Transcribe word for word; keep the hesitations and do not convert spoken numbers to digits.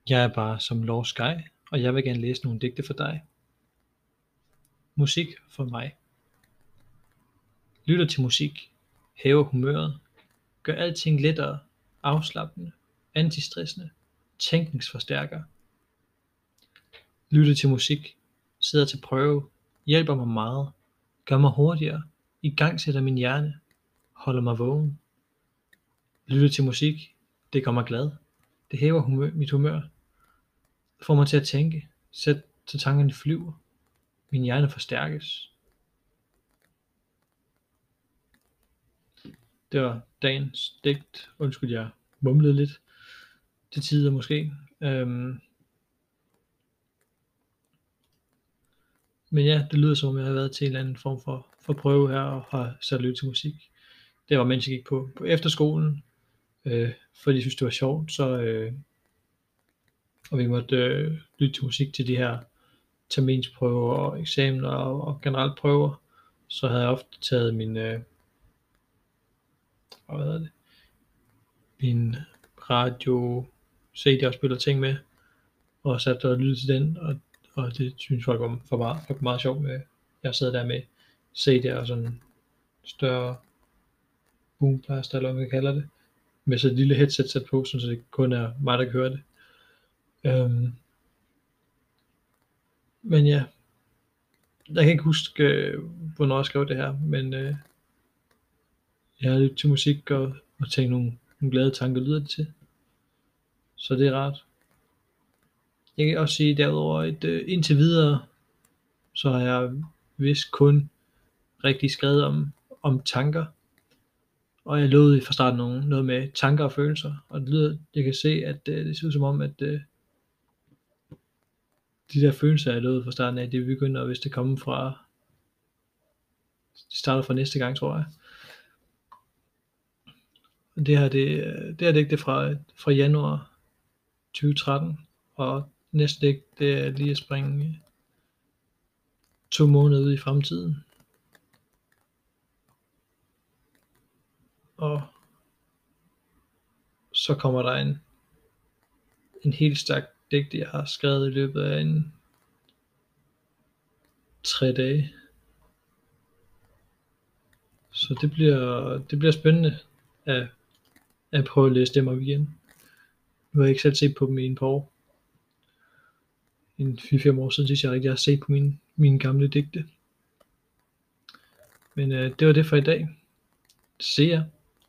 Jeg er bare som Lord Sky, og jeg vil gerne læse nogle digte for dig. Musik for mig. Lytter til musik, hæver humøret, gør alting lettere, afslappende, antistressende, tænkningsforstærker. Lytter til musik, sidder til prøve, hjælper mig meget, gør mig hurtigere, igangsætter min hjerne, holder mig vågen. Lytter til musik, det gør mig glad, det hæver humør, mit humør, får mig til at tænke, sæt så tankerne flyver, min hjerne forstærkes. Det var dagens digt. Undskyld, jeg mumlede lidt til tider måske. Øhm. Men ja, det lyder som om jeg har været til en eller anden form for, for prøve her og har sat lytte til musik. Det var mens jeg gik på, på efterskolen, øh, fordi jeg synes det var sjovt, så øh, og vi måtte øh, lytte til musik til de her terminsprøver og eksamener og, og generelt prøver. Så havde jeg ofte taget min øh, hvad hedder det, min radio C D-afspiller ting med, og sat og lyttede til den, og, og det synes folk var for meget, for meget sjovt med. Jeg sad der med C D'er og sådan større boomplaster, eller hvad man kalder det, med så et lille headset sat på, så det kun er mig, der kan høre det. Øhm. Men ja, jeg kan ikke huske, øh, hvornår jeg skrev det her, men øh, jeg har lyttet til musik og, og tænkt nogle, nogle glade tanker lyder det til. Så det er rart. Jeg kan også sige derudover, at øh, indtil videre, så har jeg vist kun rigtig skrevet om, om tanker. Og jeg lovede fra starten noget, noget med tanker og følelser. Og det lyder, jeg kan se, at øh, det ser ud som om, at øh, de der følelser, jeg lovede fra starten af, det begynder, hvis det kommer fra, det starter fra næste gang, tror jeg. Det her, det, det her digt, det er fra, fra januar tyve tretten, og næste digt, det er lige at springe to måneder ud i fremtiden. Og så kommer der en, en helt stærk digt, jeg har skrevet i løbet af en tre dage. Så det bliver, det bliver spændende at, at prøve at læse dem op igen. Nu har jeg ikke selv set på dem i en par år. En fire fem år siden, synes jeg rigtig, jeg har set på mine, mine gamle digte. Men øh, det var det for i dag. Se jer.